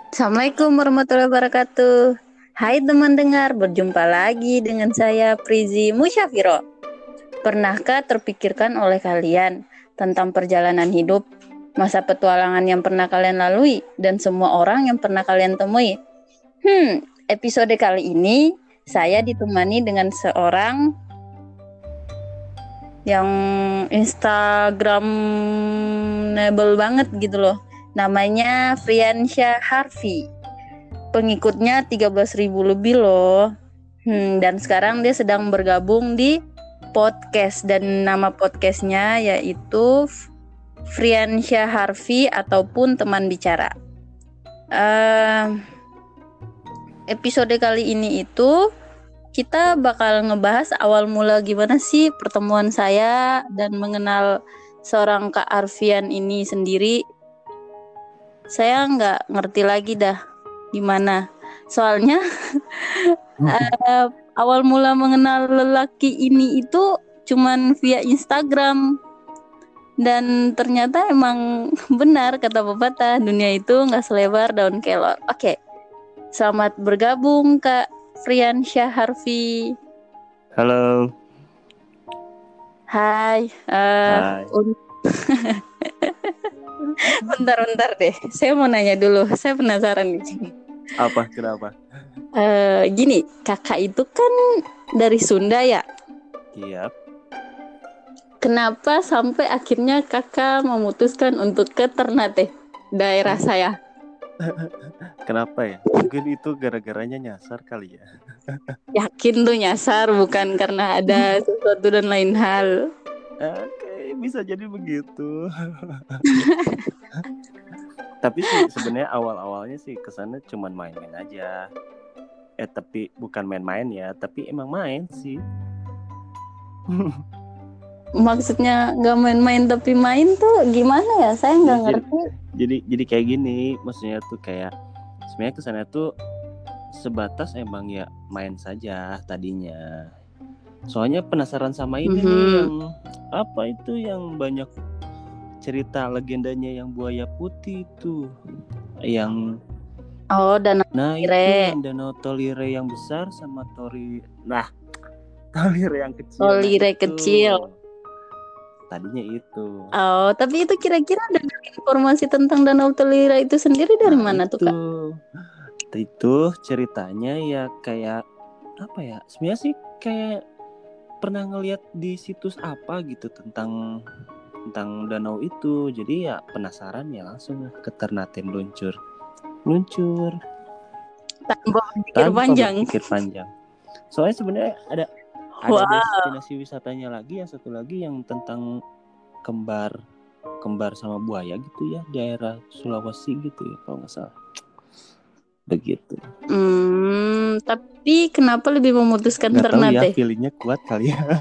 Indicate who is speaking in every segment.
Speaker 1: Assalamualaikum warahmatullahi wabarakatuh. Hai teman dengar, berjumpa lagi dengan saya Prizi Musyafiro. Pernahkah terpikirkan oleh kalian tentang perjalanan hidup, masa petualangan yang pernah kalian lalui, dan semua orang yang pernah kalian temui? Episode kali ini saya ditemani dengan seorang yang Instagramable banget gitu loh. Namanya Friansyah Harfi. Pengikutnya 13.000 lebih loh. Dan sekarang dia sedang bergabung di podcast dan nama podcastnya yaitu Friansyah Harfi ataupun teman bicara. Episode kali ini itu kita bakal ngebahas awal mula gimana sih pertemuan saya dan mengenal seorang Kak Arfian ini sendiri. Saya nggak ngerti lagi dah gimana. Soalnya awal mula mengenal lelaki ini itu cuman via Instagram. Dan ternyata emang benar kata pepatah, dunia itu nggak selebar daun kelor. Oke, selamat bergabung Kak Friansyah Harfi.
Speaker 2: Halo.
Speaker 1: Hai.
Speaker 2: Hai.
Speaker 1: Bentar deh. Saya mau nanya dulu. Saya penasaran nih.
Speaker 2: Apa? Kenapa?
Speaker 1: Gini, kakak itu kan dari Sunda ya?
Speaker 2: Iya.
Speaker 1: Kenapa sampai akhirnya kakak memutuskan untuk ke Ternate, daerah saya?
Speaker 2: Kenapa ya? Mungkin itu gara-garanya nyasar kali ya.
Speaker 1: Yakin tuh nyasar, bukan karena ada sesuatu dan lain hal.
Speaker 2: Oke, bisa jadi begitu. Tapi sih sebenarnya awal-awalnya sih kesana cuman main-main aja. Tapi bukan main-main ya, tapi emang main sih.
Speaker 1: Maksudnya nggak main-main tapi main tuh gimana ya? Saya nggak ngerti.
Speaker 2: Jadi kayak gini, maksudnya tuh kayak sebenarnya kesana tuh sebatas emang ya main saja tadinya. Soalnya penasaran sama ini nih yang apa itu yang banyak cerita legendanya yang buaya putih itu, yang
Speaker 1: Danau
Speaker 2: nah
Speaker 1: Tolire.
Speaker 2: itu yang Danau Tolire yang besar sama Tolire yang kecil.
Speaker 1: Tolire kecil.
Speaker 2: Tadinya itu.
Speaker 1: Tapi itu kira-kira dengan informasi tentang Danau Tolire itu sendiri dari mana tuh Kak?
Speaker 2: Itu ceritanya ya kayak apa ya? Sebenarnya sih kayak pernah ngeliat di situs apa gitu tentang danau itu. Jadi ya penasaran ya langsung ke Ternate luncur.
Speaker 1: Tanpa berpikir panjang.
Speaker 2: Soalnya sebenarnya ada destinasi wisatanya lagi, yang satu lagi yang tentang kembar sama buaya gitu ya, daerah Sulawesi gitu ya kalau nggak salah. Begitu.
Speaker 1: Tapi kenapa lebih memutuskan
Speaker 2: Ternate? Nggak tahu ya, feelingnya kuat kali ya.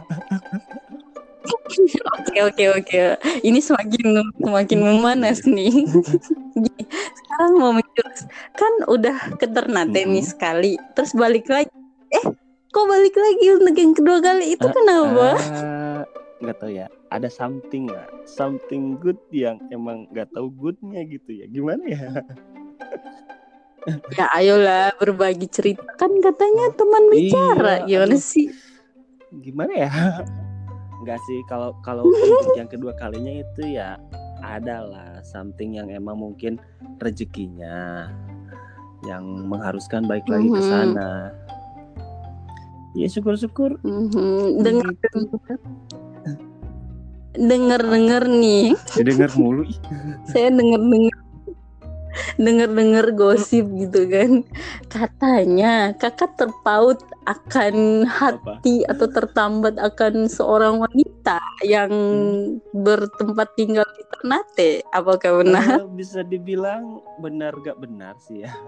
Speaker 1: Oke. Ini semakin memanas nih. Sekarang mau menjurus. Kan udah ke Ternate nih sekali, terus balik lagi. Kok balik lagi untuk yang kedua kali itu kenapa?
Speaker 2: Nggak tahu ya. Ada something good yang emang nggak tahu goodnya gitu ya. Gimana ya?
Speaker 1: Ya ayolah berbagi cerita, kan katanya teman bicara. Gimana sih?
Speaker 2: Gimana ya? Enggak sih, kalau untuk yang kedua kalinya itu ya adalah something yang emang mungkin rezekinya yang mengharuskan balik lagi ke sana. Ya syukur-syukur.
Speaker 1: Dengar nih.
Speaker 2: Dengar mulu.
Speaker 1: Saya dengar gosip gitu kan. Katanya kakak terpaut akan hati atau tertambat akan seorang wanita yang bertempat tinggal di Ternate. Apakah benar?
Speaker 2: Bisa dibilang benar gak benar sih ya.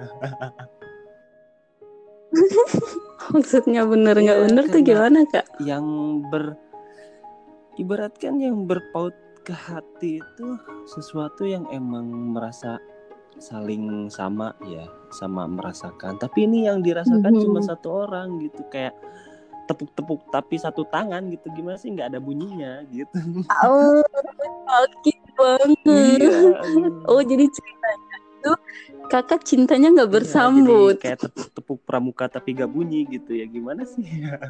Speaker 1: Maksudnya benar gak benar tuh gimana Kak?
Speaker 2: Yang ibaratkan yang berpaut ke hati itu sesuatu yang emang merasa saling sama ya, sama merasakan. Tapi ini yang dirasakan cuma satu orang gitu, kayak tepuk-tepuk tapi satu tangan gitu. Gimana sih, nggak ada bunyinya gitu.
Speaker 1: Sakit banget. Jadi ceritanya itu kakak cintanya nggak
Speaker 2: Iya,
Speaker 1: bersambut.
Speaker 2: jadi kayak tepuk pramuka tapi gak bunyi gitu ya, gimana sih?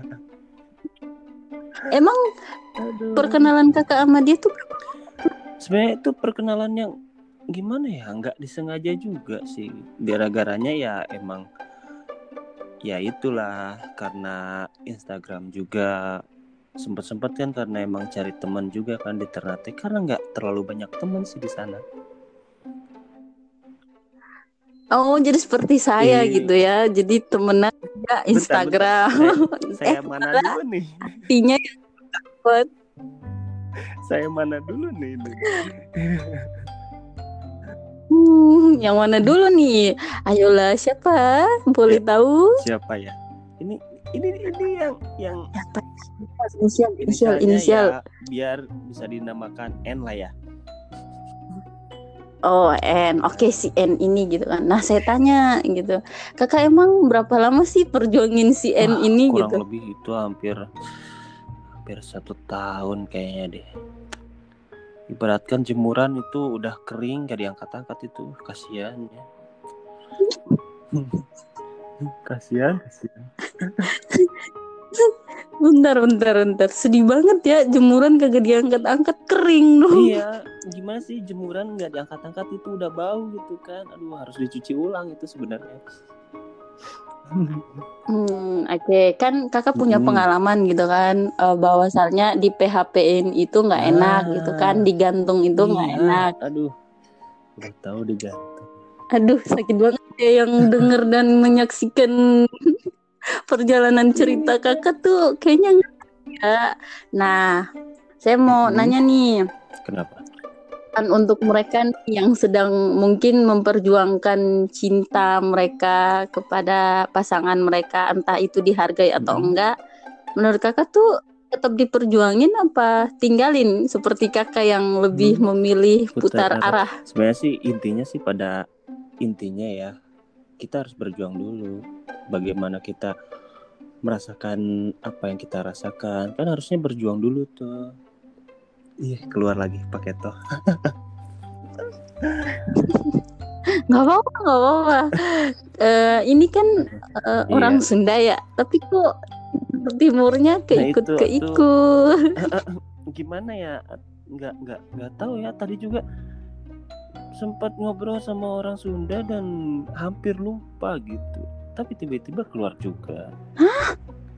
Speaker 1: Emang
Speaker 2: Aduh.
Speaker 1: perkenalan kakak sama dia tuh
Speaker 2: Sebenarnya itu perkenalan yang gimana ya, nggak disengaja juga sih. Gara-garanya ya emang ya itulah, karena Instagram juga sempet kan, karena emang cari teman juga kan di Ternate, karena nggak terlalu banyak teman sih di sana.
Speaker 1: oh jadi seperti saya gitu ya. Jadi temenan ya
Speaker 2: Bentar,
Speaker 1: Instagram.
Speaker 2: saya mana
Speaker 1: malah
Speaker 2: dulu nih?
Speaker 1: artinya yang buat
Speaker 2: Saya mana dulu nih?
Speaker 1: yang mana dulu nih? Ayolah siapa? Boleh
Speaker 2: Ya,
Speaker 1: tahu?
Speaker 2: siapa ya? Ini yang
Speaker 1: Siapa? Inisial, inisial,
Speaker 2: inisialnya
Speaker 1: inisial.
Speaker 2: ya biar bisa dinamakan N lah ya.
Speaker 1: Oh N, oke si N ini gitu kan. Nah saya tanya gitu, kakak emang berapa lama sih perjuangin si N ini
Speaker 2: kurang
Speaker 1: gitu?
Speaker 2: lebih itu hampir 1 tahun kayaknya deh. Ibaratkan jemuran itu udah kering gak diangkat-angkat, itu kasihan ya. kasihan.
Speaker 1: Bentar, sedih banget ya jemuran kagak diangkat-angkat kering dong.
Speaker 2: Iya, gimana sih jemuran nggak diangkat-angkat itu udah bau gitu kan. Aduh, harus dicuci ulang itu sebenarnya.
Speaker 1: Oke. Kan kakak punya pengalaman gitu kan, bahwasannya di PHP-in itu nggak enak gitu kan, digantung itu nggak
Speaker 2: Iya,
Speaker 1: enak.
Speaker 2: aduh, udah tahu digantung.
Speaker 1: Aduh sakit banget ya yang denger dan menyaksikan perjalanan cerita kakak tuh kayaknya nggak ya. Nah, saya mau nanya nih,
Speaker 2: Kenapa?
Speaker 1: kan untuk mereka nih yang sedang mungkin memperjuangkan cinta mereka kepada pasangan mereka, entah itu dihargai atau enggak, menurut kakak tuh tetap diperjuangin apa tinggalin, seperti kakak yang lebih memilih putar arah?
Speaker 2: Sebenarnya sih pada intinya ya, kita harus berjuang dulu. Bagaimana kita merasakan apa yang kita rasakan, kan harusnya berjuang dulu tuh. Keluar lagi pakai toh.
Speaker 1: Nggak apa-apa. Ini kan orang Sunda ya, tapi kok timurnya keikut.
Speaker 2: Gimana ya? Nggak tahu ya. Tadi juga sempat ngobrol sama orang Sunda dan hampir lupa gitu. Tapi tiba-tiba keluar juga.
Speaker 1: Hah?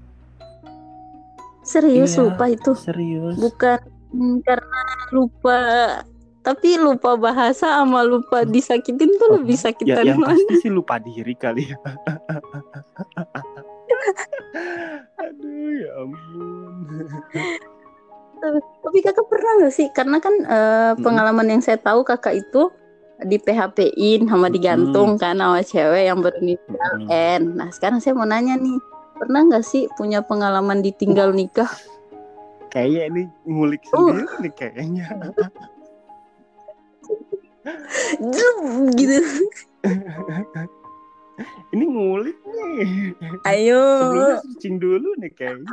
Speaker 1: Serius lupa itu?
Speaker 2: Serius.
Speaker 1: Bukan karena lupa, tapi lupa bahasa sama lupa disakitin tuh lebih sakitan
Speaker 2: yang
Speaker 1: mana?
Speaker 2: pasti sih lupa diri kali ya. Aduh ya ampun.
Speaker 1: Tapi kakak pernah gak sih? Karena kan pengalaman yang saya tahu kakak itu di PHP-in sama digantung kan sama cewek yang berinisial N. Nah sekarang saya mau nanya nih, pernah gak sih punya pengalaman ditinggal nikah?
Speaker 2: Kayaknya ini ngulik sendiri nih kayaknya.
Speaker 1: Gitu.
Speaker 2: Ini ngulik nih.
Speaker 1: Ayo.
Speaker 2: Sebelumnya searching dulu nih kayaknya.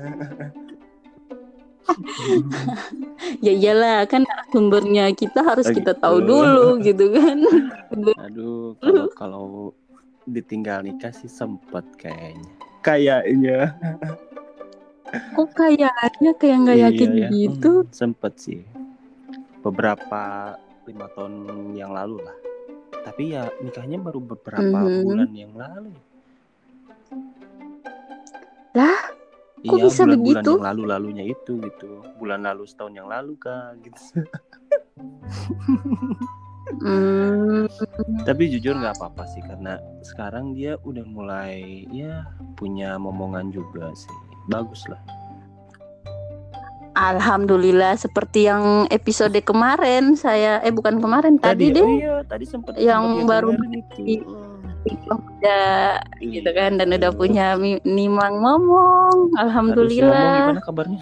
Speaker 1: Ya iyalah kan sumbernya kita harus kita tahu dulu gitu kan.
Speaker 2: Aduh, kalau ditinggal nikah sih sempet kayaknya.
Speaker 1: Kok kayaknya kayak nggak yakin gitu?
Speaker 2: Sempet sih. Beberapa 5 tahun yang lalu lah. Tapi ya nikahnya baru beberapa bulan yang lalu.
Speaker 1: Lah? Kok bisa
Speaker 2: bulan-bulan
Speaker 1: begitu?
Speaker 2: yang lalu-lalunya itu gitu. Bulan lalu setahun yang lalu kan gitu. Tapi jujur nggak apa-apa sih, karena sekarang dia udah mulai ya punya momongan juga sih. Bagus lah.
Speaker 1: Alhamdulillah, seperti yang episode kemarin saya bukan kemarin tadi deh.
Speaker 2: Tadi sempat
Speaker 1: yang baru udah gitu kan, dan udah punya nimang momong. Alhamdulillah.
Speaker 2: Aduh, si gimana kabarnya?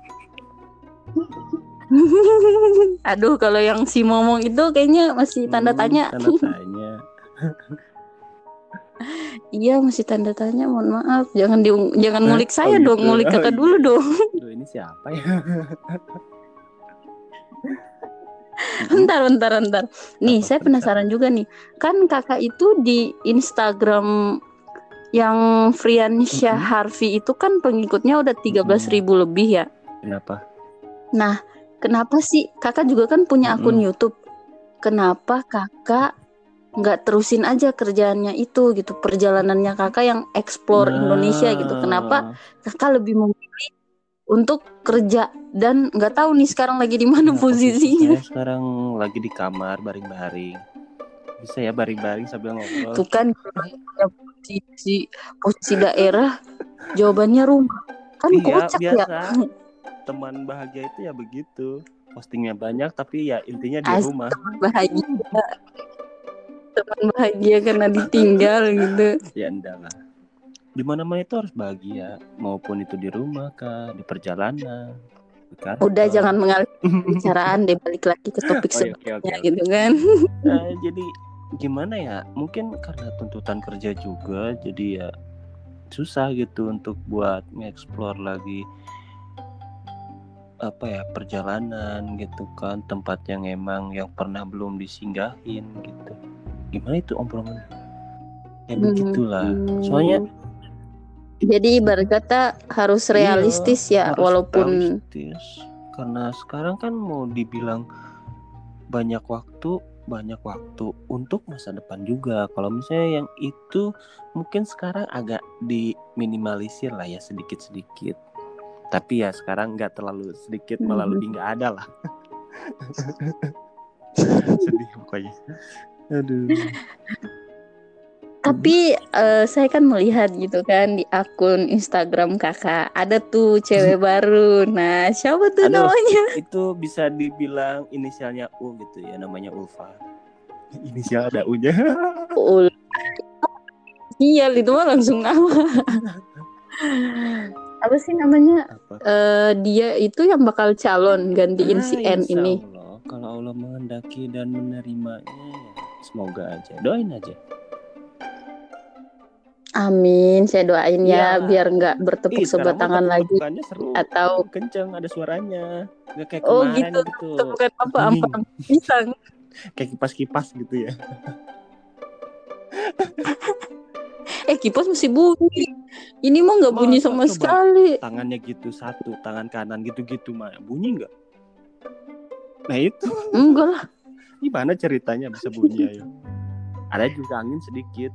Speaker 1: Aduh, kalau yang si momong itu kayaknya masih tanda tanya. Iya, masih tanda tanya. Mohon maaf, jangan ngulik saya dong, ngulik kakak dulu dong.
Speaker 2: Ini siapa ya?
Speaker 1: Bentar. Nih,
Speaker 2: Apa
Speaker 1: saya penasaran juga nih. Kan kakak itu di Instagram yang Friansyah Harvey itu kan pengikutnya udah 13.000 lebih ya.
Speaker 2: Kenapa?
Speaker 1: Nah, kenapa sih kakak juga kan punya akun YouTube? Kenapa kakak nggak terusin aja kerjaannya itu gitu, perjalanannya kakak yang explore Indonesia gitu? Kenapa kakak lebih memilih untuk kerja dan nggak tahu nih sekarang lagi di mana posisinya?
Speaker 2: Saya sekarang lagi di kamar baring-baring. Bisa ya baring-baring sambil ngobrol.
Speaker 1: Tuh kan posisi daerah, jawabannya rumah. Kan kocak
Speaker 2: biasa.
Speaker 1: ya.
Speaker 2: Teman bahagia itu ya begitu. Postingnya banyak tapi ya intinya di rumah.
Speaker 1: Teman bahagia karena ditinggal gitu.
Speaker 2: Ya enggak lah. Di mana-mana itu harus bahagia, maupun itu di rumah kah, di perjalanan.
Speaker 1: Udah jangan mengalihkan pembicaraan deh, balik lagi ke topik sebelumnya gitu kan.
Speaker 2: Jadi gimana ya? Mungkin karena tuntutan kerja juga, jadi ya susah gitu untuk buat nge-explore lagi perjalanan gitu kan, tempat yang emang yang pernah belum disinggahin gitu. Gimana itu obrolan? Ya begitulah. Soalnya
Speaker 1: jadi ibarat kata harus realistis ya,
Speaker 2: harus
Speaker 1: walaupun
Speaker 2: realistis. Karena sekarang kan mau dibilang banyak waktu untuk masa depan juga. Kalau misalnya yang itu mungkin sekarang agak diminimalisir lah ya, sedikit-sedikit. Tapi ya sekarang nggak terlalu sedikit, malah lebih nggak ada lah. Sedih pokoknya. Aduh.
Speaker 1: Tapi saya kan melihat gitu kan di akun Instagram kakak ada tuh cewek baru. Nah, siapa tuh namanya?
Speaker 2: Itu bisa dibilang inisialnya U gitu ya, namanya Ulfa. Inisial ada U-nya.
Speaker 1: Iya, itu mah langsung nama. Apa sih namanya? Dia itu yang bakal calon gantiin si N ini.
Speaker 2: Kalau Allah menghendaki dan menerimanya, semoga aja. Doain aja.
Speaker 1: Amin, saya doain ya biar nggak bertepuk sebelah tangan lagi.
Speaker 2: Seru.
Speaker 1: Atau
Speaker 2: kenceng ada suaranya, nggak kayak kemarin gitu.
Speaker 1: Bukan apa pisang.
Speaker 2: Kayak kipas-kipas gitu ya.
Speaker 1: Kipas masih bunyi. Ini mah nggak bunyi sama sekali.
Speaker 2: Tangannya gitu satu, tangan kanan gitu-gitu mah bunyi nggak? Nah itu.
Speaker 1: Enggak lah.
Speaker 2: Gimana ceritanya bisa bunyi ayo? Ada juga angin sedikit.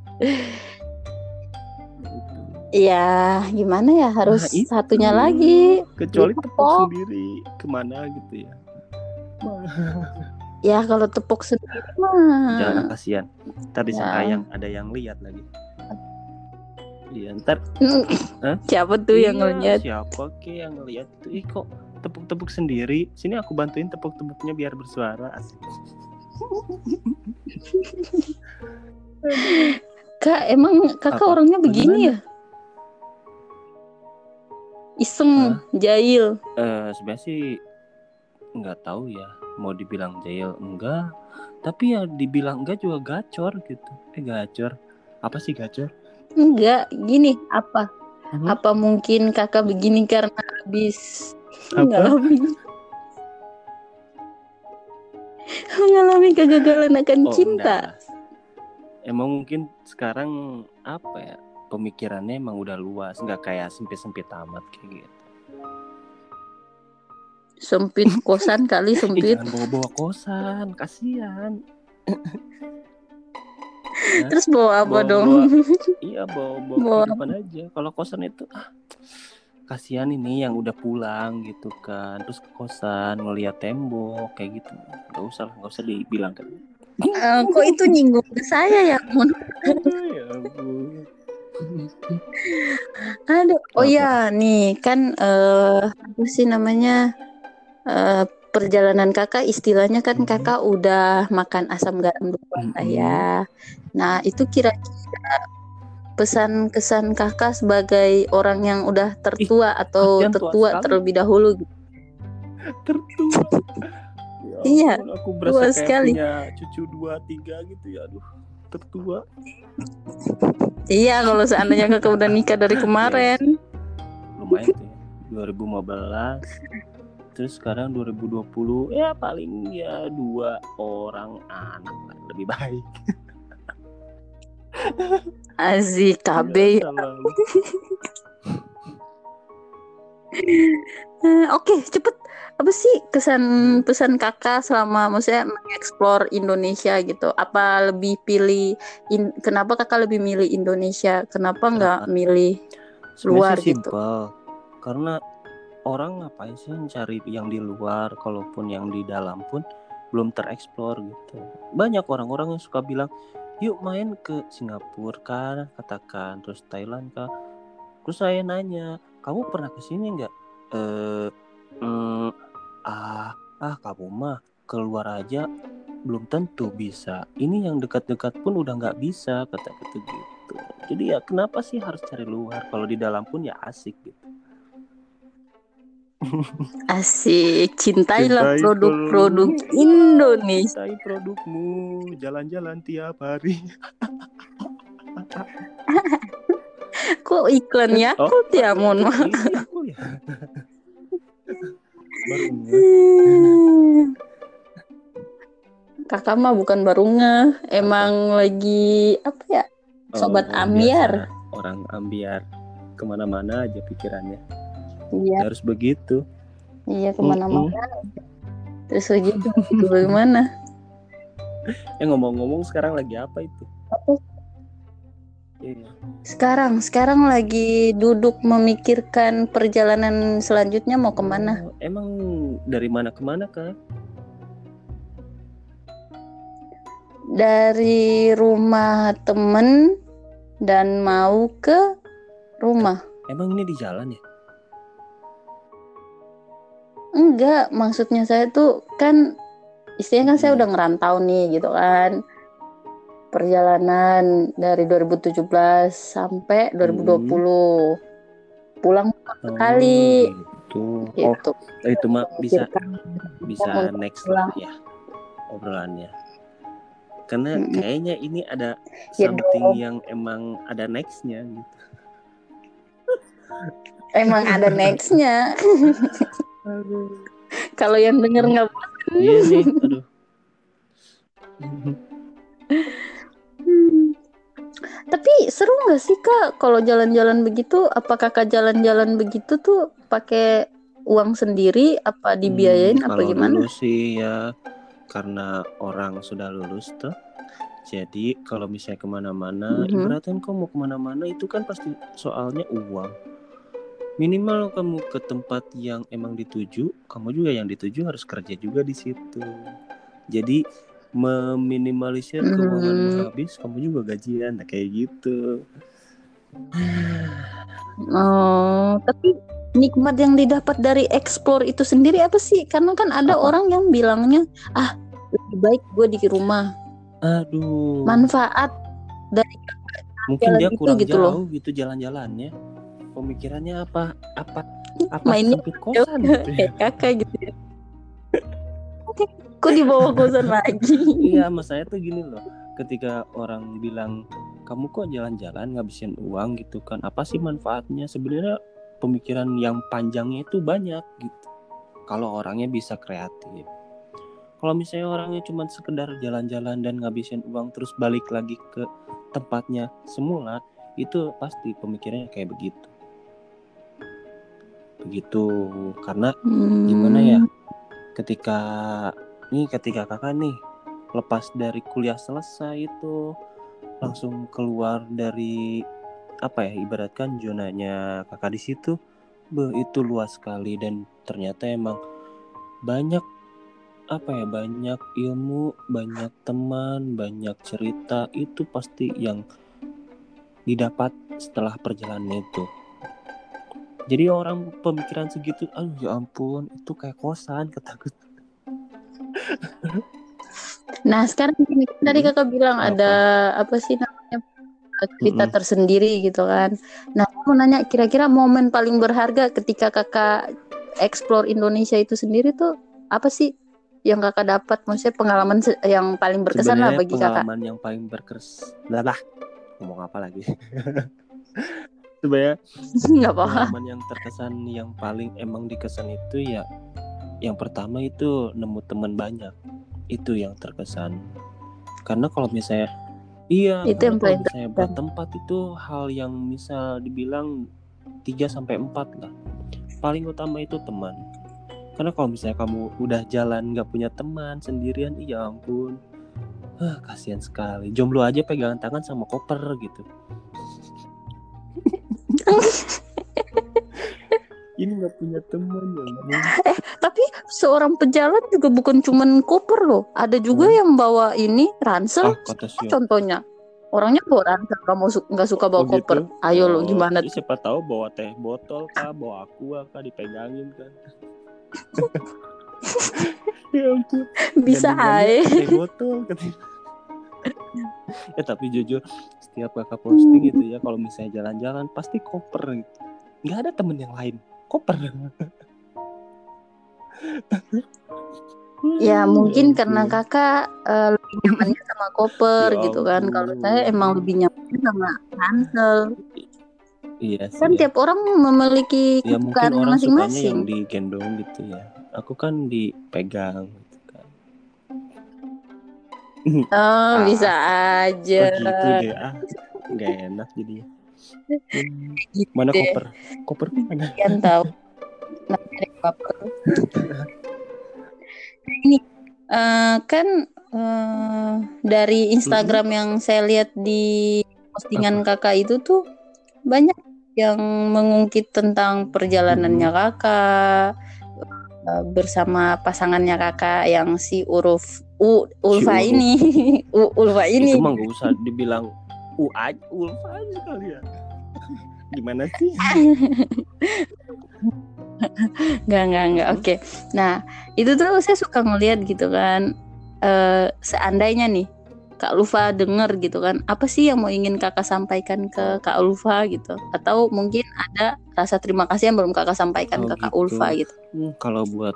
Speaker 1: Iya, gimana ya, harus satunya lagi.
Speaker 2: Kecuali tepuk sendiri, kemana gitu ya.
Speaker 1: Ya kalau tepuk sendiri mah.
Speaker 2: Jangan kasihan. Ntar disangka ada yang lihat lagi. Iya ntar.
Speaker 1: Siapa tuh yang ngeliat?
Speaker 2: Siapa yang ngeliat itu? Kok tepuk-tepuk sendiri? Sini aku bantuin tepuk-tepuknya biar bersuara. Asik.
Speaker 1: Kak, emang kakak orangnya begini ya? Iseng, jahil.
Speaker 2: Sebenarnya sih nggak tahu ya, mau dibilang jahil enggak, tapi ya dibilang enggak juga gacor gitu. Gacor. Apa sih gacor?
Speaker 1: Enggak, gini apa? Apa mungkin kakak begini karena habis mengalami kegagalan akan cinta?
Speaker 2: Emang mungkin sekarang pemikirannya emang udah luas, nggak kayak sempit-sempit amat kayak gitu.
Speaker 1: Sempit kosan kali sempit.
Speaker 2: Jangan bawa-bawa kosan, kasihan.
Speaker 1: Terus bawa apa dong?
Speaker 2: Iya bawa kehidupan aja. Kalau kosan itu kasihan ini yang udah pulang gitu kan, terus ke kosan ngeliat tembok kayak gitu. Nggak usah dibilang kan.
Speaker 1: Kok itu nyinggung ke saya ya, Mun?
Speaker 2: Ya ampun.
Speaker 1: Aduh, ya nih kan apa sih namanya, perjalanan kakak istilahnya kan kakak udah makan asam garam duluan lah ya. Nah itu kira-kira pesan kesan kakak sebagai orang yang udah tertua atau tetua terlebih dahulu gitu.
Speaker 2: Tertua.
Speaker 1: Iya.
Speaker 2: Aku berasa kayak sekali. Punya cucu 2-3 gitu ya, aduh tertua.
Speaker 1: Iya, kalau seandainya kakak udah nikah dari kemarin.
Speaker 2: Lumayan tuh, 2015. Terus sekarang 2020 ya paling ya 2 orang anak lah, lebih baik.
Speaker 1: Asik KB.
Speaker 2: Biasa lah.
Speaker 1: Oke, cepet. Apa sih kesan pesan kakak selama maksudnya mengeksplor Indonesia gitu? Apa lebih pilih kenapa kakak lebih milih Indonesia? Kenapa nggak milih luar
Speaker 2: Sebenarnya sih
Speaker 1: gitu?
Speaker 2: simpel. Karena orang ngapain sih cari yang di luar, kalaupun yang di dalam pun belum tereksplor gitu. Banyak orang-orang yang suka bilang, yuk main ke Singapura kan, katakan, terus Thailand kah. Terus saya nanya, kamu pernah kesini nggak? Kamu mah keluar aja belum tentu bisa. Ini yang dekat-dekat pun udah nggak bisa, kata-kata gitu. Jadi ya kenapa sih harus cari luar? Kalau di dalam pun ya asik gitu.
Speaker 1: Asik, cintailah
Speaker 2: Cintai
Speaker 1: produk-produk Indonesia.
Speaker 2: Cintai produkmu, jalan-jalan tiap hari.
Speaker 1: Kok iklan Yakult ya, mohon maaf.
Speaker 2: Iya, aku ya. Baru
Speaker 1: Kakak mah bukan baru ngeh, emang lagi apa ya? Sobat ambiar.
Speaker 2: Biasa, orang ambiar kemana-mana aja pikirannya.
Speaker 1: Iya.
Speaker 2: Harus begitu.
Speaker 1: Iya, kemana-mana. Terus begitu bagaimana?
Speaker 2: Ngomong-ngomong sekarang lagi apa itu?
Speaker 1: Apa?
Speaker 2: Iya.
Speaker 1: Sekarang lagi duduk memikirkan perjalanan selanjutnya mau kemana?
Speaker 2: Emang dari mana ke mana kah?
Speaker 1: Dari rumah temen dan mau ke rumah.
Speaker 2: Emang ini di jalan ya?
Speaker 1: Enggak, maksudnya saya tuh kan istilahnya kan saya udah ngerantau nih gitu kan. Perjalanan dari 2017 sampai 2020. Pulang sekali.
Speaker 2: Gitu. Itu mah bisa next lah ya obrolannya. Karena kayaknya ini ada something yang emang ada nextnya gitu.
Speaker 1: Emang ada nextnya. Kalau yang denger nggak bosan.
Speaker 2: Iya nih, aduh.
Speaker 1: Tapi seru nggak sih Kak kalau jalan-jalan begitu? Apa Kakak jalan-jalan begitu tuh pakai uang sendiri? Apa dibiayain? Apa gimana?
Speaker 2: Kalau dulu sih ya karena orang sudah lulus tuh. Jadi kalau misalnya kemana-mana, ibaratkan kamu mau kemana-mana itu kan pasti soalnya uang. Minimal kamu ke tempat yang emang dituju, kamu juga yang dituju harus kerja juga di situ. Jadi meminimalisir keuangan habis, kamu juga gajian, kayak gitu.
Speaker 1: Oh, tapi nikmat yang didapat dari explore itu sendiri apa sih? Karena kan ada orang yang bilangnya, lebih baik gue di rumah.
Speaker 2: Aduh.
Speaker 1: Manfaat dari
Speaker 2: mungkin dia kurang
Speaker 1: gitu
Speaker 2: jauh
Speaker 1: loh.
Speaker 2: Gitu jalan-jalannya. Pemikirannya apa
Speaker 1: mainnya
Speaker 2: sempit kosan gitu ya.
Speaker 1: Kakak gitu ya. Kok dibawa kosan lagi?
Speaker 2: Iya, mas saya tuh gini loh. Ketika orang bilang kamu kok jalan-jalan ngabisin uang gitu kan, apa sih manfaatnya? Sebenarnya pemikiran yang panjangnya itu banyak gitu. Kalau orangnya bisa kreatif. Kalau misalnya orangnya cuma sekedar jalan-jalan dan ngabisin uang terus balik lagi ke tempatnya semula, itu pasti pemikirannya kayak begitu. Karena gimana ya, ketika kakak nih lepas dari kuliah selesai itu langsung keluar dari ibaratkan zonanya kakak di situ, itu luas sekali dan ternyata emang banyak ilmu, banyak teman, banyak cerita, itu pasti yang didapat setelah perjalanan itu. Jadi orang pemikiran segitu, ya ampun, itu kayak kosan, kataku.
Speaker 1: Nah sekarang tadi kakak bilang ada apa sih namanya cerita tersendiri gitu kan. Nah aku mau nanya, kira-kira momen paling berharga ketika kakak explore Indonesia itu sendiri tuh apa sih yang kakak dapat? Maksudnya pengalaman yang paling berkesan lah bagi kakak.
Speaker 2: Pengalaman yang paling berkesan ngomong apa lagi? Sebenarnya pengalaman yang terkesan, yang paling emang dikesan itu ya Yang pertama itu nemu teman banyak. Itu yang terkesan. Karena kalau misalnya
Speaker 1: Itu
Speaker 2: karena
Speaker 1: yang
Speaker 2: kalau
Speaker 1: paling
Speaker 2: misalnya
Speaker 1: terkesan.
Speaker 2: bertempat itu hal yang misal dibilang 3 sampai 4 lah. Paling utama itu teman. Karena kalau misalnya kamu udah jalan gak punya teman sendirian, ya ampun, kasihan sekali. Jomblo aja pegangan tangan sama koper gitu. Ini gak punya teman ya.
Speaker 1: Tapi seorang pejalan juga bukan cuman koper loh. Ada juga yang bawa ini ransel.
Speaker 2: Kata siapa?
Speaker 1: Contohnya orangnya bawa ransel, nggak suka bawa koper.
Speaker 2: Gitu.
Speaker 1: Ayo lo gimana?
Speaker 2: Siapa tahu bawa teh botol kah, bawa aqua kah, dipegangin kan. Ya ampun.
Speaker 1: Bisa
Speaker 2: Gandengannya
Speaker 1: aja.
Speaker 2: teh botol katanya. Tapi jujur setiap kakak posting gitu ya, kalau misalnya jalan-jalan pasti koper. Nggak ada temen yang lain, koper.
Speaker 1: Ya mungkin karena kakak lebih nyamannya sama koper
Speaker 2: Ya
Speaker 1: gitu kan. Kalau saya emang lebih nyamannya sama ransel.
Speaker 2: Iya sih
Speaker 1: Kan
Speaker 2: ya.
Speaker 1: tiap orang memiliki
Speaker 2: Ya mungkin
Speaker 1: kesukaannya
Speaker 2: orang sukanya
Speaker 1: masing-masing.
Speaker 2: yang digendong gitu ya. Aku kan dipegang gitu kan.
Speaker 1: Bisa aja.
Speaker 2: Gitu deh nggak enak jadinya. Mana
Speaker 1: Gitu.
Speaker 2: koper? Koper mana?
Speaker 1: Kalian tahu namanya koper. Ini kan dari Instagram yang saya lihat di postingan kakak itu tuh banyak yang mengungkit tentang perjalanannya kakak bersama pasangannya kakak yang si Ulfa ini. Ulfa ini.
Speaker 2: Itu mah gak usah dibilang Ulfa aja sekali ya. Gimana sih?
Speaker 1: Enggak. Oke. Nah, itu tuh saya suka ngeliat gitu kan. Seandainya nih Kak Ulfa denger gitu kan, apa sih yang mau ingin kakak sampaikan ke Kak Ulfa gitu? Atau mungkin ada rasa terima kasih yang belum kakak sampaikan ke Kak Ulfa gitu?
Speaker 2: Kalau buat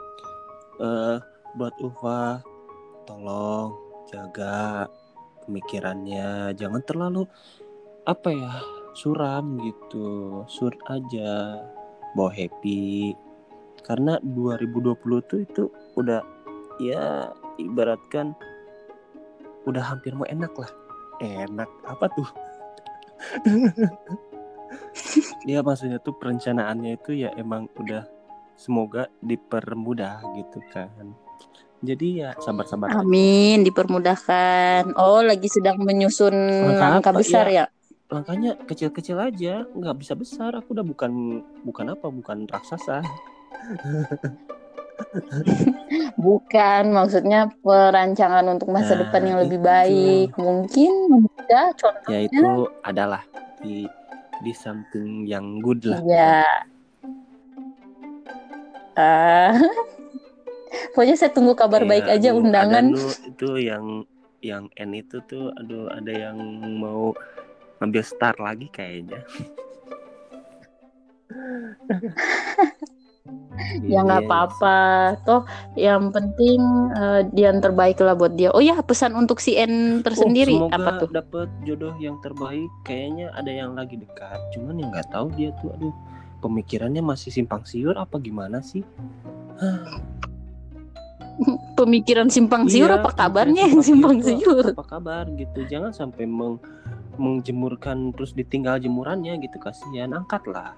Speaker 2: Ulfa, tolong jaga pemikirannya, jangan terlalu suram gitu, sur aja, bawa happy. Karena 2020 tuh itu udah ya ibaratkan udah hampir mau enak lah. Enak apa tuh? Ya maksudnya tuh perencanaannya itu ya emang udah semoga dipermudah gitu kan. Jadi ya sabar-sabar
Speaker 1: Amin, dipermudahkan. Oh, lagi sedang menyusun langkah besar ya?
Speaker 2: Langkahnya kecil-kecil aja, nggak bisa besar. Aku udah bukan raksasa.
Speaker 1: Bukan, maksudnya perancangan untuk masa depan yang lebih baik. Mungkin bisa contohnya.
Speaker 2: Ya itu adalah di samping yang good lah.
Speaker 1: Iya. Pokoknya saya tunggu kabar baik aja undangan.
Speaker 2: Ada itu yang N itu tuh, ada yang mau ngambil star lagi kayaknya.
Speaker 1: Ya nggak apa-apa, toh yang penting dia yang terbaik lah buat dia. Oh ya, pesan untuk si N tersendiri apa tuh?
Speaker 2: Semoga dapet jodoh yang terbaik. Kayaknya ada yang lagi dekat, cuman yang nggak tahu dia tuh, pemikirannya masih simpang siur apa gimana sih?
Speaker 1: Pemikiran simpang siur apa kabarnya yang simpang siur?
Speaker 2: Apa kabar gitu? Jangan sampai mengjemurkan terus ditinggal jemurannya gitu, kasihan. Angkatlah.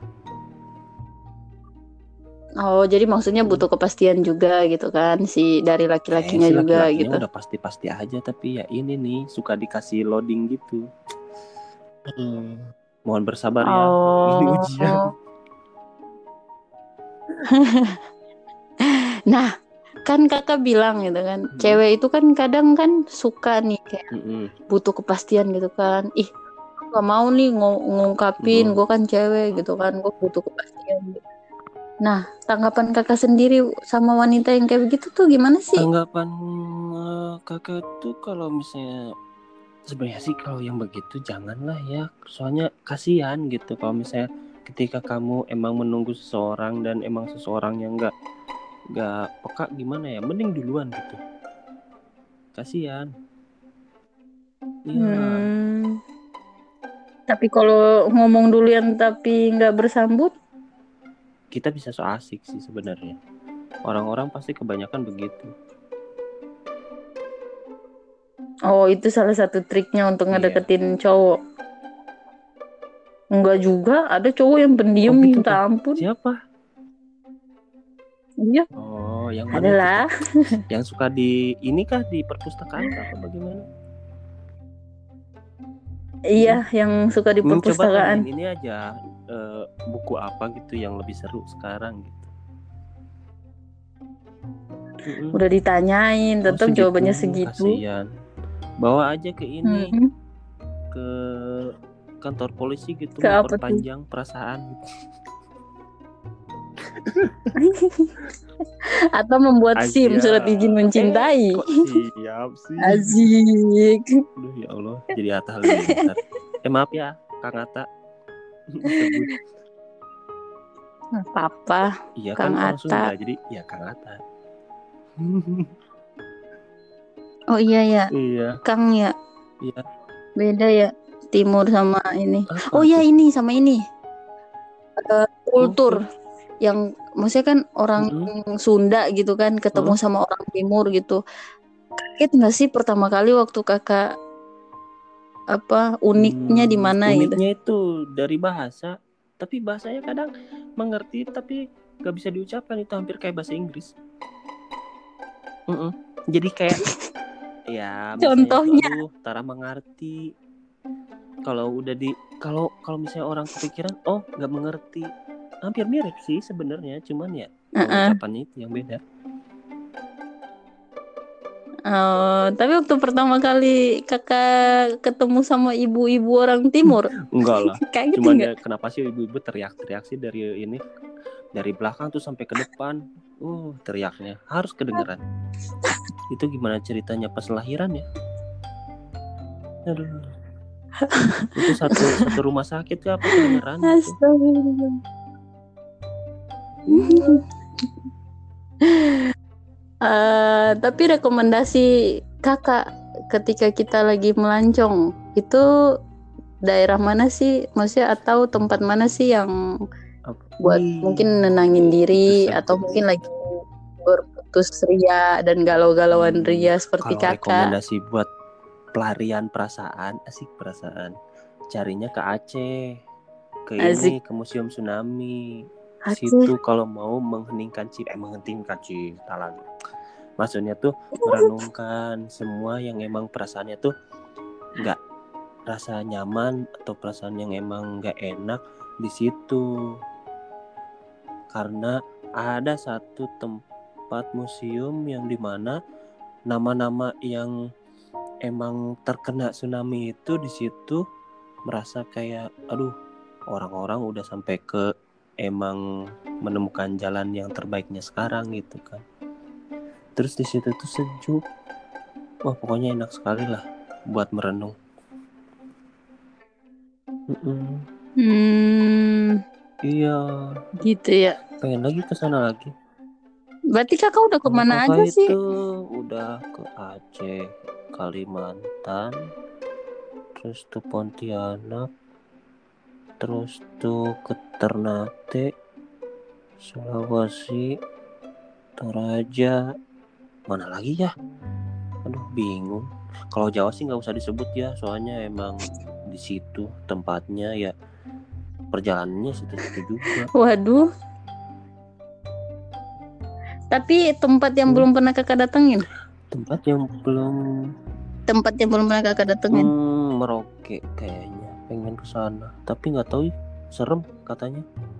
Speaker 1: Oh, jadi maksudnya butuh kepastian juga gitu kan si dari laki-lakinya juga
Speaker 2: laki-lakinya
Speaker 1: gitu.
Speaker 2: Udah pasti aja, tapi ya ini nih suka dikasih loading gitu. Mohon bersabar ya. Ini ujian.
Speaker 1: Nah, kan kakak bilang gitu kan, cewek itu kan kadang kan suka nih kayak butuh kepastian gitu kan. Ih, gak mau nih ngungkapin gue kan cewek gitu kan, gue butuh kepastian gitu. Nah, tanggapan kakak sendiri sama wanita yang kayak begitu tuh gimana sih?
Speaker 2: Tanggapan kakak tuh kalau misalnya sebenarnya sih kalau yang begitu janganlah ya, soalnya kasihan gitu kalau misalnya ketika kamu emang menunggu seseorang dan emang seseorang yang nggak peka, gimana ya, mending duluan gitu, kasihan. Iya.
Speaker 1: Tapi kalau ngomong dulu yang tapi nggak bersambut,
Speaker 2: kita bisa so asik sih sebenarnya. Orang-orang pasti kebanyakan begitu.
Speaker 1: Oh, itu salah satu triknya untuk
Speaker 2: Iya.
Speaker 1: ngedeketin cowok. Enggak juga, ada cowok yang pendiam
Speaker 2: Oh gitu
Speaker 1: minta
Speaker 2: kah?
Speaker 1: ampun.
Speaker 2: Siapa?
Speaker 1: Iya,
Speaker 2: Oh, yang mana itu
Speaker 1: adalah.
Speaker 2: tuh? Yang suka di ini kah, di perpustakaan kah atau bagaimana?
Speaker 1: Iya, yang suka di
Speaker 2: Coba tanyain
Speaker 1: perpustakaan.
Speaker 2: ini aja, buku apa gitu yang lebih seru sekarang gitu.
Speaker 1: Udah ditanyain,
Speaker 2: Oh
Speaker 1: tetap jawabannya segitu.
Speaker 2: kasihan. Bawa aja ke ini,
Speaker 1: Mm-mm.
Speaker 2: ke kantor polisi gitu,
Speaker 1: Ke apa tuh?
Speaker 2: memperpanjang perasaan gitu.
Speaker 1: Atau membuat SIM, surat izin mencintai.
Speaker 2: Kok siap sih?
Speaker 1: Azik.
Speaker 2: Aduh ya Allah, jadi Atta Halilintar. Maaf ya, Kang Atta. Disebut.
Speaker 1: Apa?
Speaker 2: Iya
Speaker 1: Kang
Speaker 2: kan orang
Speaker 1: Atta.
Speaker 2: Sunda, jadi ya Kang Atta.
Speaker 1: Oh iya ya,
Speaker 2: Iya.
Speaker 1: Kang ya.
Speaker 2: Iya.
Speaker 1: Beda ya, timur sama ini.
Speaker 2: Apa
Speaker 1: Oh iya,
Speaker 2: tuh?
Speaker 1: ini sama ini. Kultur yang maksudnya kan orang Sunda gitu kan ketemu sama orang timur gitu. Kaget nggak sih pertama kali waktu kakak apa uniknya di mana gitu?
Speaker 2: Uniknya itu dari bahasa, tapi bahasanya kadang mengerti tapi gak bisa diucapkan, itu hampir kayak bahasa Inggris. Jadi kayak ya
Speaker 1: Contohnya
Speaker 2: tuh, aduh, Tara mengerti. Kalau udah kalau misalnya orang kepikiran, oh nggak mengerti, hampir mirip sih sebenarnya, cuman ya pengucapannya itu yang beda.
Speaker 1: Tapi waktu pertama kali kakak ketemu sama ibu-ibu orang timur,
Speaker 2: enggak lah.
Speaker 1: kaget
Speaker 2: Cuman
Speaker 1: enggak?
Speaker 2: ya kenapa sih ibu-ibu teriak-teriak sih dari ini, dari belakang tuh sampai ke depan, teriaknya harus kedengeran. Itu gimana ceritanya pas lahiran ya? Aduh. Itu satu rumah sakit ke apa kedengeran gitu.
Speaker 1: Tapi rekomendasi kakak ketika kita lagi melancong itu daerah mana sih? Maksudnya atau tempat mana sih yang buat mungkin nenangin diri atau mungkin lagi berputus ria dan galau-galauan ria seperti
Speaker 2: kalau
Speaker 1: kakak?
Speaker 2: Rekomendasi buat pelarian perasaan, asik perasaan, carinya ke Aceh, ke
Speaker 1: Asik.
Speaker 2: ini, ke Museum Tsunami.
Speaker 1: Aceh.
Speaker 2: Situ kalau mau menghentikan cipta lagi. Maksudnya tuh merenungkan semua yang emang perasaannya tuh nggak rasa nyaman atau perasaan yang emang nggak enak di situ. Karena ada satu tempat museum yang dimana nama-nama yang emang terkena tsunami itu di situ merasa kayak aduh, orang-orang udah sampai ke emang menemukan jalan yang terbaiknya sekarang gitu kan. Terus di situ tuh sejuk. Wah, pokoknya enak sekali lah buat merenung. Iya.
Speaker 1: Gitu ya.
Speaker 2: Pengen lagi ke sana lagi.
Speaker 1: Berarti kakak udah kemana aja sih?
Speaker 2: Itu udah ke Aceh, Kalimantan, terus tuh Pontianak, terus tuh ke Ternate, Sulawesi, Toraja, mana lagi ya? Aduh, bingung. Kalau Jawa sih nggak usah disebut ya, soalnya emang di situ tempatnya ya, perjalanannya situ-situ juga.
Speaker 1: Waduh. Tapi tempat yang belum pernah kakak datengin?
Speaker 2: Tempat yang belum pernah kakak datengin? Merauke kayaknya, pengen ke sana, tapi nggak tahu, serem katanya.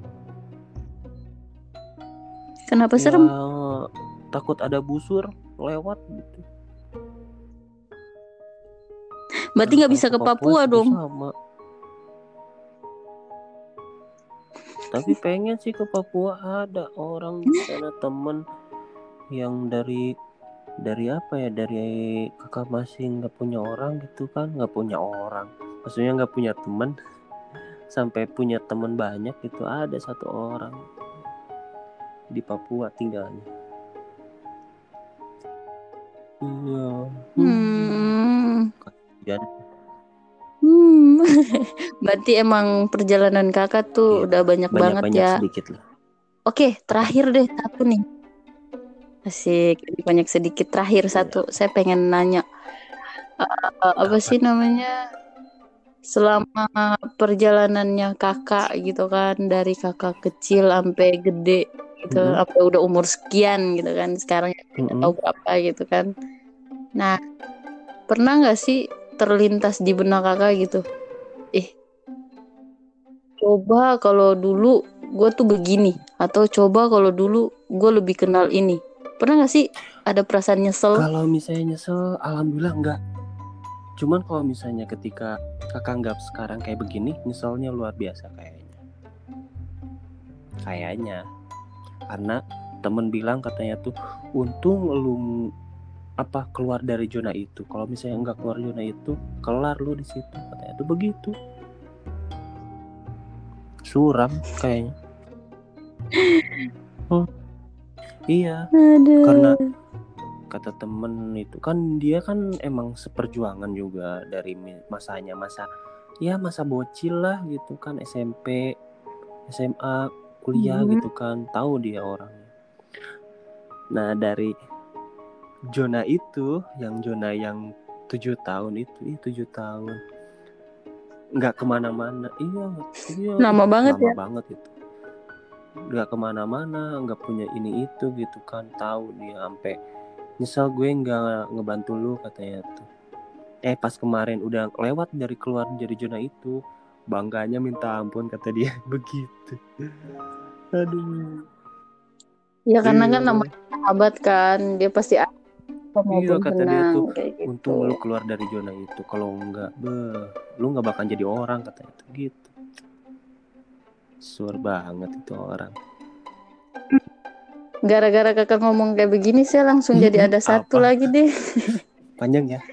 Speaker 1: Kenapa serem?
Speaker 2: Takut ada busur lewat gitu.
Speaker 1: Berarti nggak bisa ke Papua dong?
Speaker 2: Sama. Tapi pengen sih ke Papua, ada orang di sana, temen yang dari apa ya, dari kakak masih nggak punya orang gitu kan, nggak punya orang, maksudnya nggak punya teman sampai punya teman banyak gitu. Ada satu orang di Papua tinggalnya. Iya. Kasian.
Speaker 1: Berarti emang perjalanan kakak tuh udah banyak banget ya.
Speaker 2: Sedikit lah.
Speaker 1: Oke, terakhir deh satu nih. Asik, ini banyak sedikit. Terakhir satu, saya pengen nanya, apa
Speaker 2: Apa?
Speaker 1: sih namanya? Selama perjalanannya kakak gitu kan, dari kakak kecil sampai gede gitu,
Speaker 2: Mm-mm,
Speaker 1: sampai udah umur sekian gitu kan, sekarang nggak tahu
Speaker 2: mm-mm.
Speaker 1: berapa gitu kan. Nah, pernah nggak sih terlintas di benak kakak gitu? Eh, coba kalau dulu gue tuh begini, atau coba kalau dulu gue lebih kenal ini. Pernah nggak sih ada perasaan nyesel?
Speaker 2: Kalau misalnya nyesel, alhamdulillah enggak. Cuman kalau misalnya ketika kakak anggap sekarang kayak begini, nyeselnya luar biasa kayaknya. Kayaknya. Karena temen bilang katanya tuh, untung lu keluar dari zona itu. Kalau misalnya enggak keluar zona itu, kelar lu di situ. Katanya tuh begitu. Suram kayaknya. Hmm, iya. Karena
Speaker 1: Aduh.
Speaker 2: kata temen itu kan dia kan emang seperjuangan juga dari masanya masa bocil lah gitu kan, SMP, SMA, kuliah
Speaker 1: Mhm.
Speaker 2: gitu kan, tahu dia orangnya. Nah dari zona yang 7 tahun itu, 7 tahun nggak kemana-mana. Iya
Speaker 1: Lama banget
Speaker 2: lama
Speaker 1: ya.
Speaker 2: banget itu, nggak kemana-mana, nggak punya ini itu gitu kan, tahu dia sampai nyesal gue nggak ngebantu lu katanya tuh. Pas kemarin udah lewat dari keluar dari zona itu, bangganya minta ampun kata dia begitu. Aduh.
Speaker 1: Ya karena kan
Speaker 2: Iya.
Speaker 1: namanya sahabat kan, dia pasti ada
Speaker 2: Iya
Speaker 1: maupun
Speaker 2: kata dia
Speaker 1: senang
Speaker 2: tuh,
Speaker 1: kayak gitu.
Speaker 2: untung lu keluar dari zona itu, kalau enggak, lu nggak bakal jadi orang katanya tuh gitu. Sur banget itu orang.
Speaker 1: Gara-gara kakak ngomong kayak begini, saya langsung jadi ada satu
Speaker 2: Apa?
Speaker 1: lagi deh.
Speaker 2: Panjang ya?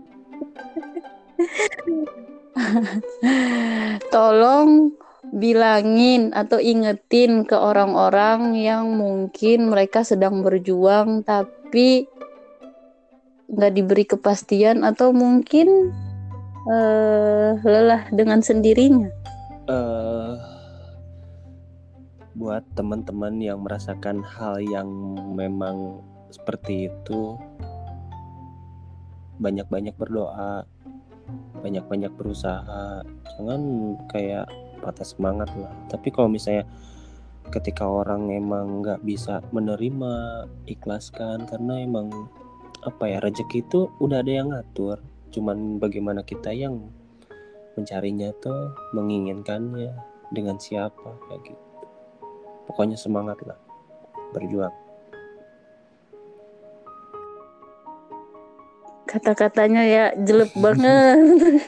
Speaker 1: Tolong bilangin atau ingetin ke orang-orang yang mungkin mereka sedang berjuang tapi nggak diberi kepastian atau mungkin lelah dengan sendirinya.
Speaker 2: eh Buat teman-teman yang merasakan hal yang memang seperti itu, banyak-banyak berdoa, banyak-banyak berusaha, jangan kayak patah semangat lah. Tapi kalau misalnya ketika orang emang nggak bisa menerima, ikhlaskan, karena emang rezeki itu udah ada yang ngatur, cuman bagaimana kita yang mencarinya tuh, menginginkannya dengan siapa kayak gitu. Pokoknya semangat lah, berjuang.
Speaker 1: Kata-katanya ya jelek banget.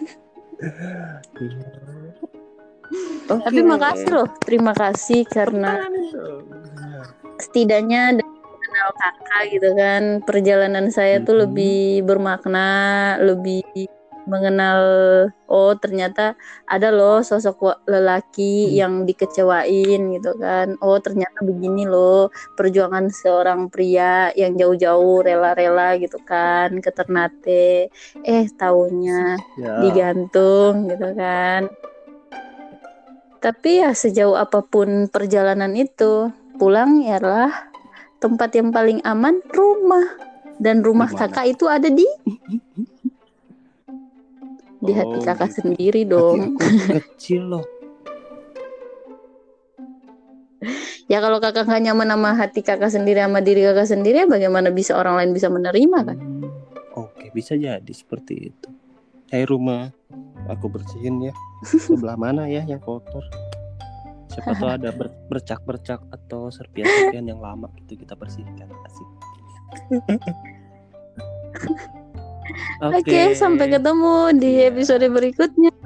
Speaker 1: Tapi
Speaker 2: Oke.
Speaker 1: makasih loh, terima kasih
Speaker 2: Tepuk
Speaker 1: karena
Speaker 2: tangan dong.
Speaker 1: setidaknya dengan kenal kakak gitu kan, perjalanan saya tuh
Speaker 2: Mm-mm.
Speaker 1: lebih bermakna, lebih mengenal, oh ternyata ada loh sosok lelaki yang dikecewain gitu kan. Oh ternyata begini loh perjuangan seorang pria yang jauh-jauh rela-rela gitu kan ke Ternate. Taunya
Speaker 2: Ya.
Speaker 1: digantung gitu kan. Tapi ya sejauh apapun perjalanan itu, pulang ialah tempat yang paling aman, rumah. Dan rumah
Speaker 2: Gimana?
Speaker 1: kakak itu ada di hati
Speaker 2: Oh
Speaker 1: kakak
Speaker 2: gitu.
Speaker 1: sendiri
Speaker 2: Hati
Speaker 1: dong.
Speaker 2: aku kecil loh.
Speaker 1: Ya kalau kakak nggak nyaman sama hati kakak sendiri, sama diri kakak sendiri, ya bagaimana bisa orang lain bisa menerima kan?
Speaker 2: Oke, bisa jadi seperti itu. Rumah aku bersihin ya. Sebelah mana ya yang kotor? Siapa tahu ada bercak-bercak atau serpian-serpian yang lama gitu, kita bersihkan. Asik.
Speaker 1: Oke, sampai ketemu di
Speaker 2: Iya.
Speaker 1: episode berikutnya.